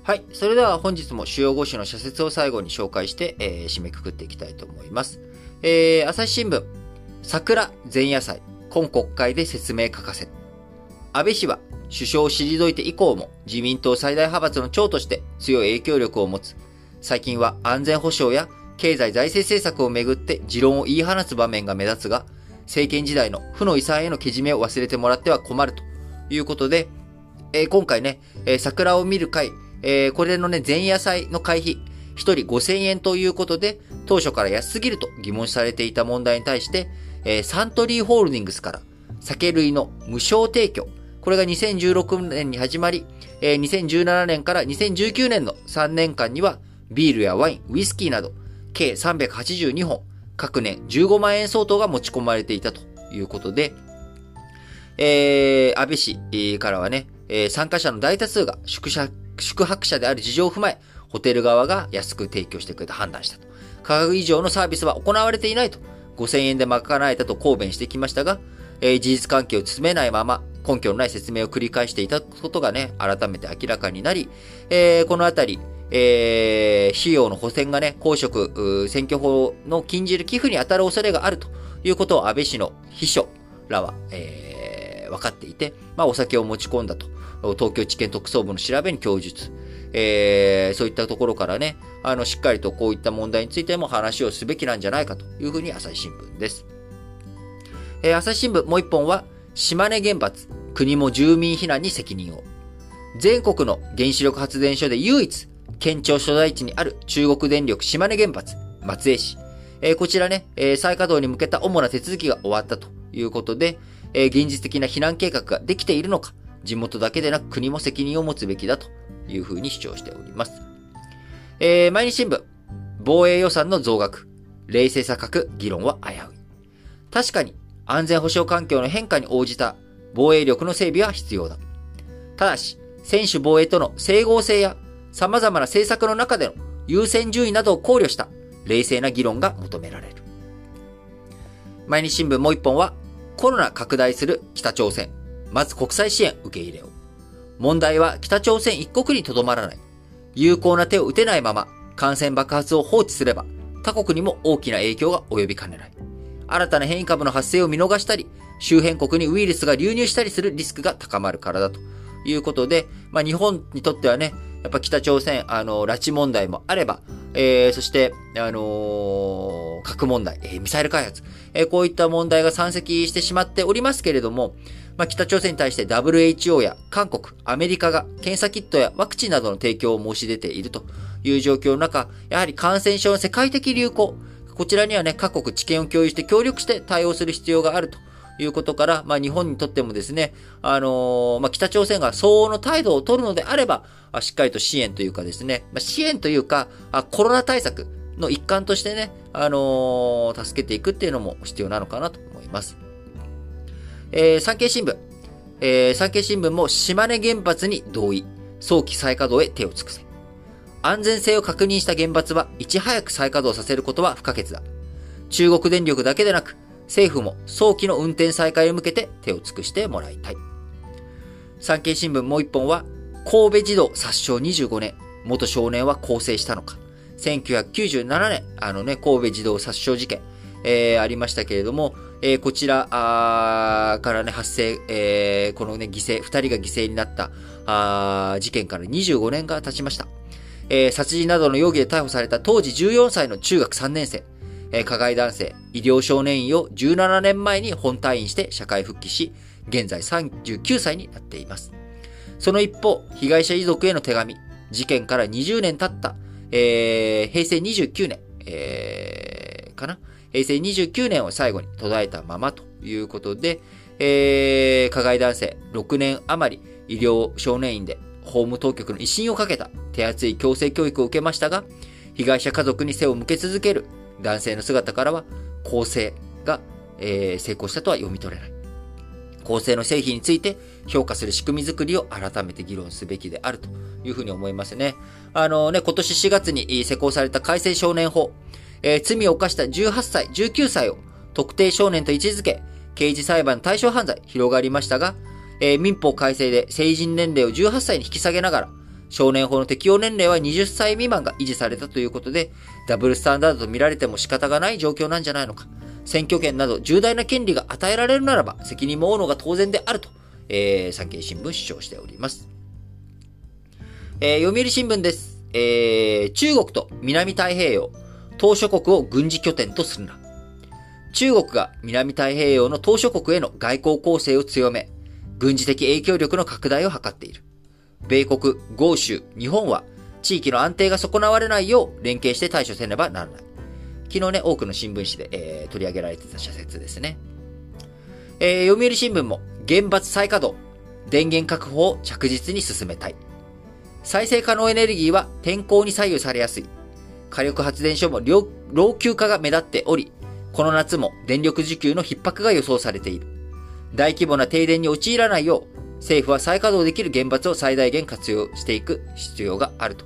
はい。それでは本日も主要5種の社説を最後に紹介して、締めくくっていきたいと思います。朝日新聞、桜前夜祭、今国会で説明欠かせ。安倍氏は首相を退いて以降も自民党最大派閥の長として強い影響力を持つ。最近は安全保障や経済財政政策をめぐって持論を言い放つ場面が目立つが、政権時代の負の遺産へのけじめを忘れてもらっては困るということで、今回ね、桜を見る会、これのね、前夜祭の会費、1人5000円ということで、当初から安すぎると疑問視されていた問題に対して、サントリーホールディングスから酒類の無償提供、これが2016年に始まり、2017年から2019年の3年間には、ビールやワイン、ウイスキーなど、計382本、各年15万円相当が持ち込まれていたということで、安倍氏からはね、参加者の大多数が宿泊者である事情を踏まえ、ホテル側が安く提供してくれた判断したと。価格以上のサービスは行われていないと、5000円で賄えたと抗弁してきましたが、事実関係を詰めないまま、根拠のない説明を繰り返していたことがね、改めて明らかになり、このあたり、費用の補填がね、公職、選挙法の禁じる寄付に当たる恐れがあるということを安倍氏の秘書らは、分かっていて、お酒を持ち込んだと、東京地検特捜部の調べに供述、そういったところからね、しっかりとこういった問題についても話をすべきなんじゃないかというふうに朝日新聞です。朝日新聞もう一本は、島根原発、国も住民避難に責任を。全国の原子力発電所で唯一、県庁所在地にある中国電力島根原発、松江市。こちらね、再稼働に向けた主な手続きが終わったということで、現実的な避難計画ができているのか、地元だけでなく国も責任を持つべきだというふうに主張しております。毎日新聞、防衛予算の増額、冷静さ欠く議論は危うい。確かに安全保障環境の変化に応じた防衛力の整備は必要だ。ただし、専守防衛との整合性や様々な政策の中での優先順位などを考慮した冷静な議論が求められる。毎日新聞もう一本は、コロナ拡大する北朝鮮。まず国際支援受け入れを。問題は北朝鮮一国にとどまらない。有効な手を打てないまま感染爆発を放置すれば他国にも大きな影響が及びかねない。新たな変異株の発生を見逃したり、周辺国にウイルスが流入したりするリスクが高まるからだということで、日本にとってはね、やっぱ北朝鮮、拉致問題もあれば、そして、核問題、ミサイル開発、こういった問題が山積してしまっておりますけれども、北朝鮮に対して WHO や韓国、アメリカが検査キットやワクチンなどの提供を申し出ているという状況の中、やはり感染症の世界的流行、こちらにはね、各国知見を共有して協力して対応する必要があるということから、日本にとってもですね、北朝鮮が相応の態度を取るのであれば、しっかりと支援というかですね、支援というか、コロナ対策の一環としてね、助けていくっていうのも必要なのかなと思います。産経新聞。産経新聞も島根原発に同意。早期再稼働へ手を尽くせ。安全性を確認した原発はいち早く再稼働させることは不可欠だ。中国電力だけでなく、政府も早期の運転再開へ向けて手を尽くしてもらいたい。産経新聞もう一本は、神戸児童殺傷25年、元少年は更生したのか。1997年、神戸児童殺傷事件、ありましたけれども、こちらからね、発生、このね、2人が犠牲になった事件から25年が経ちました。殺人などの容疑で逮捕された当時14歳の中学3年生、加害男性、医療少年院を17年前に本退院して社会復帰し、現在39歳になっています。その一方、被害者遺族への手紙、事件から20年経った、平成29年、平成29年を最後に途絶えたままということで、加害男性6年余り医療少年院で法務当局の威信をかけた手厚い強制教育を受けましたが、被害者家族に背を向け続ける男性の姿からは、更生が、成功したとは読み取れない。更生の成否について評価する仕組みづくりを改めて議論すべきであるというふうに思いますね。今年4月に施行された改正少年法、罪を犯した18歳、19歳を特定少年と位置づけ、刑事裁判対象犯罪広がりましたが、民法改正で成人年齢を18歳に引き下げながら、 少年法の適用年齢は20歳未満が維持されたということで、ダブルスタンダードと見られても仕方がない状況なんじゃないのか。選挙権など重大な権利が与えられるならば責任も負うのが当然であると、産経新聞主張しております。読売新聞です。中国と南太平洋、島諸国を軍事拠点とするな。中国が南太平洋の島諸国への外交攻勢を強め、軍事的影響力の拡大を図っている。米国、豪州、日本は地域の安定が損なわれないよう連携して対処せねばならない。昨日ね、多くの新聞紙で、取り上げられてた社説ですね。読売新聞も原発再稼働、電源確保を着実に進めたい。再生可能エネルギーは天候に左右されやすい。火力発電所も老朽化が目立っており、この夏も電力需給の逼迫が予想されている。大規模な停電に陥らないよう、政府は再稼働できる原発を最大限活用していく必要があると。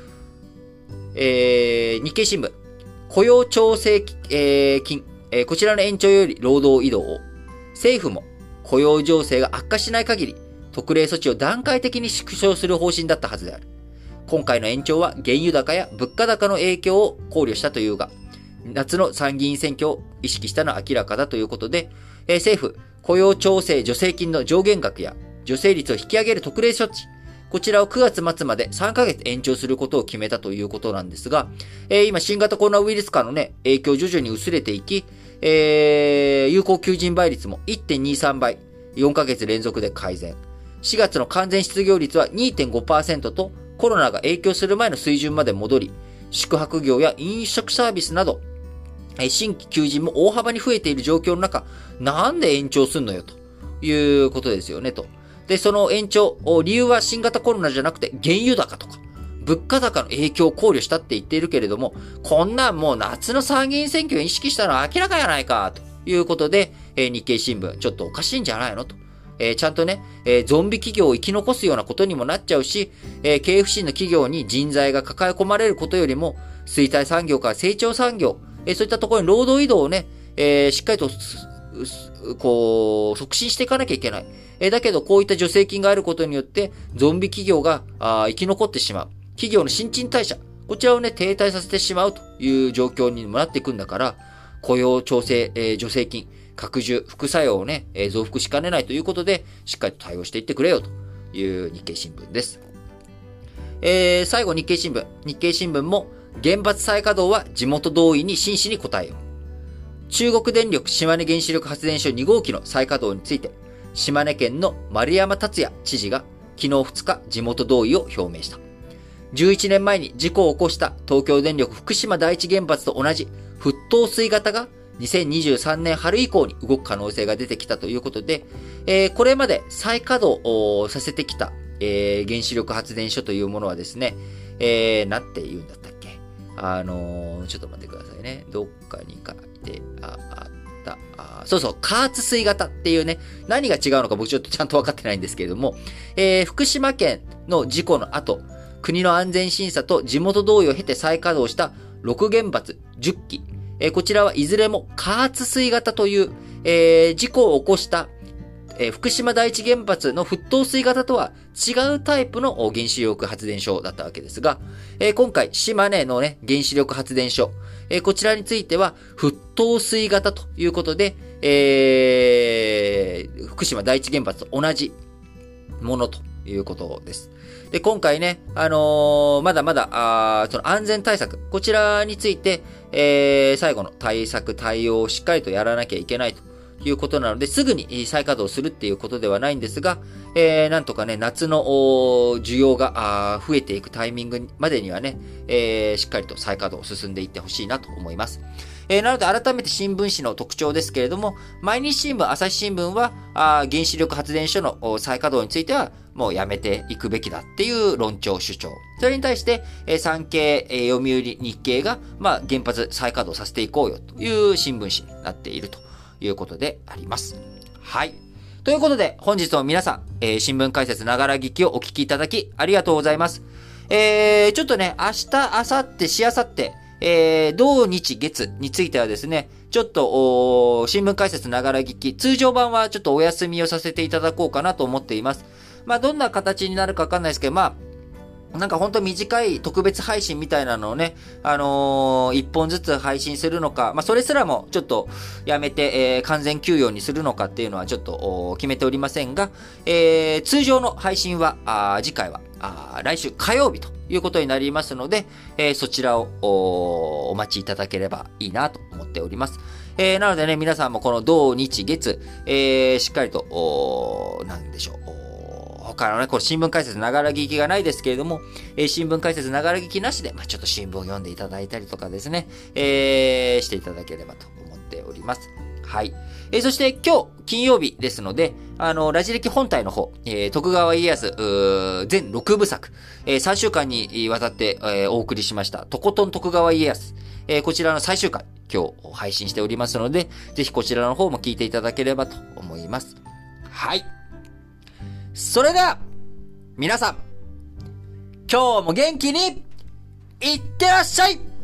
日経新聞、雇用調整金、こちらの延長より労働移動を。政府も雇用情勢が悪化しない限り、特例措置を段階的に縮小する方針だったはずである。今回の延長は原油高や物価高の影響を考慮したというが、夏の参議院選挙を意識したのは明らかだということで、政府、雇用調整助成金の上限額や助成率を引き上げる特例措置、こちらを9月末まで3ヶ月延長することを決めたということなんですが、今新型コロナウイルス化のね、影響徐々に薄れていき、有効求人倍率も 1.23 倍、4ヶ月連続で改善。4月の完全失業率は 2.5% とコロナが影響する前の水準まで戻り、宿泊業や飲食サービスなど、新規求人も大幅に増えている状況の中、なんで延長すんのよということですよねと。で、その延長、理由は新型コロナじゃなくて原油高とか、物価高の影響を考慮したって言っているけれども、こんなんもう夏の参議院選挙を意識したのは明らかやないかということで、日経新聞ちょっとおかしいんじゃないのと。ちゃんとね、ゾンビ企業を生き残すようなことにもなっちゃうし、経営不振の企業に人材が抱え込まれることよりも、衰退産業から成長産業、そういったところに労働移動をね、しっかりと、促進していかなきゃいけない。だけど、こういった助成金があることによって、ゾンビ企業が生き残ってしまう。企業の新陳代謝、こちらをね、停滞させてしまうという状況にもなっていくんだから、雇用調整、助成金、拡充、副作用をね、増幅しかねないということで、しっかりと対応していってくれよという日経新聞です。最後日経新聞。日経新聞も、原発再稼働は地元同意に真摯に応えよう。中国電力島根原子力発電所2号機の再稼働について、島根県の丸山達也知事が昨日2日地元同意を表明した。11年前に事故を起こした東京電力福島第一原発と同じ沸騰水型が2023年春以降に動く可能性が出てきたということで、これまで再稼働をさせてきた、原子力発電所というものはですね、なんて言うんだったっけ？ちょっと待ってくださいね。どっかに書いてあった。そうそう、加圧水型っていうね、何が違うのか僕ちょっとちゃんと分かってないんですけれども、福島県の事故の後、国の安全審査と地元同意を経て再稼働した6原発10基。こちらはいずれも加圧水型という、事故を起こした、福島第一原発の沸騰水型とは違うタイプの原子力発電所だったわけですが、今回島根のね、原子力発電所、こちらについては沸騰水型ということで、福島第一原発と同じものということです。で、今回ね、まだまだ、その安全対策、こちらについて、最後の対策、対応をしっかりとやらなきゃいけないということなので、すぐに再稼働するっていうことではないんですが、なんとかね、夏の需要が増えていくタイミングまでにはね、しっかりと再稼働を進んでいってほしいなと思います。なので改めて新聞紙の特徴ですけれども、毎日新聞、朝日新聞は原子力発電所の再稼働についてはもうやめていくべきだっていう論調主張。それに対して、産経、読売、日経が、原発再稼働させていこうよという新聞紙になっているということであります。はい。ということで、本日も皆さん、新聞解説ながら聞きをお聞きいただきありがとうございます。ちょっとね、明日、明後日、しあさって、土日月についてはですね、ちょっと、新聞解説ながら聞き、通常版はちょっとお休みをさせていただこうかなと思っています。どんな形になるかわかんないですけど、 なんかほんと短い特別配信みたいなのをね、一本ずつ配信するのか、まあ、それすらもちょっとやめて、完全休養にするのかっていうのはちょっと決めておりませんが、通常の配信は、次回は、来週火曜日ということになりますので、そちらをお待ちいただければいいなと思っております。なのでね、皆さんもこの土日月、しっかりと、なんでしょう、他のね、これ新聞解説ながら聞きがないですけれども、新聞解説ながら聞きなしで、まあ、ちょっと新聞を読んでいただいたりとかですね、していただければと思っております。はい。そして今日、金曜日ですので、ラジ歴本体の方、徳川家康、全6部作、3週間にわたって、お送りしました、とことん徳川家康、こちらの最終回、今日配信しておりますので、ぜひこちらの方も聞いていただければと思います。はい。それでは、皆さん、今日も元気に、いってらっしゃい。